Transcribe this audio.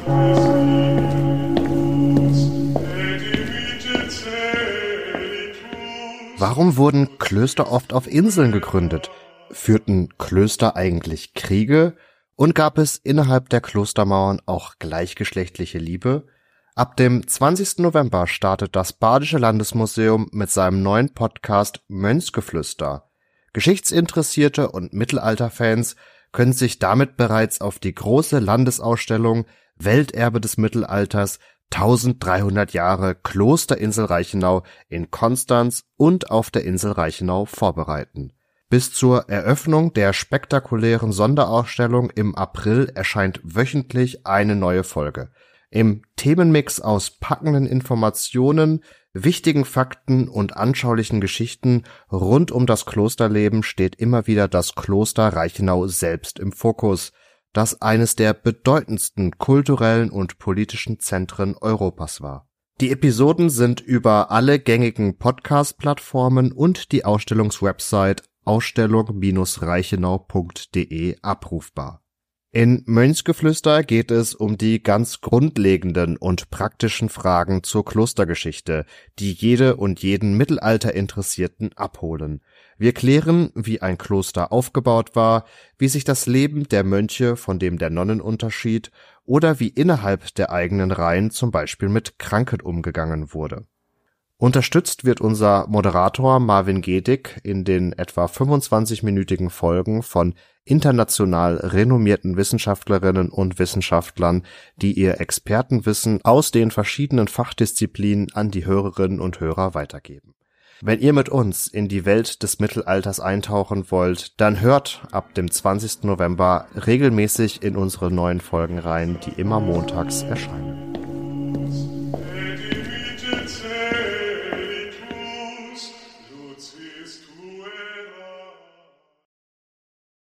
Warum wurden Klöster oft auf Inseln gegründet? Führten Klöster eigentlich Kriege? Und gab es innerhalb der Klostermauern auch gleichgeschlechtliche Liebe? Ab dem 20. November startet das Badische Landesmuseum mit seinem neuen Podcast Mönchsgeflüster. Geschichtsinteressierte und Mittelalterfans können sich damit bereits auf die große Landesausstellung Welterbe des Mittelalters 1300 Jahre Klosterinsel Reichenau in Konstanz und auf der Insel Reichenau vorbereiten. Bis zur Eröffnung der spektakulären Sonderausstellung im April erscheint wöchentlich eine neue Folge. Im Themenmix aus packenden Informationen, wichtigen Fakten und anschaulichen Geschichten rund um das Klosterleben steht immer wieder das Kloster Reichenau selbst im Fokus, das eines der bedeutendsten kulturellen und politischen Zentren Europas war. Die Episoden sind über alle gängigen Podcast-Plattformen und die Ausstellungswebsite ausstellung-reichenau.de abrufbar. In Mönchsgeflüster geht es um die ganz grundlegenden und praktischen Fragen zur Klostergeschichte, die jede und jeden Mittelalterinteressierten abholen. Wir klären, wie ein Kloster aufgebaut war, wie sich das Leben der Mönche von dem der Nonnen unterschied oder wie innerhalb der eigenen Reihen zum Beispiel mit Kranken umgegangen wurde. Unterstützt wird unser Moderator Marvin Gedig in den etwa 25-minütigen Folgen von international renommierten Wissenschaftlerinnen und Wissenschaftlern, die ihr Expertenwissen aus den verschiedenen Fachdisziplinen an die Hörerinnen und Hörer weitergeben. Wenn ihr mit uns in die Welt des Mittelalters eintauchen wollt, dann hört ab dem 20. November regelmäßig in unsere neuen Folgen rein, die immer montags erscheinen.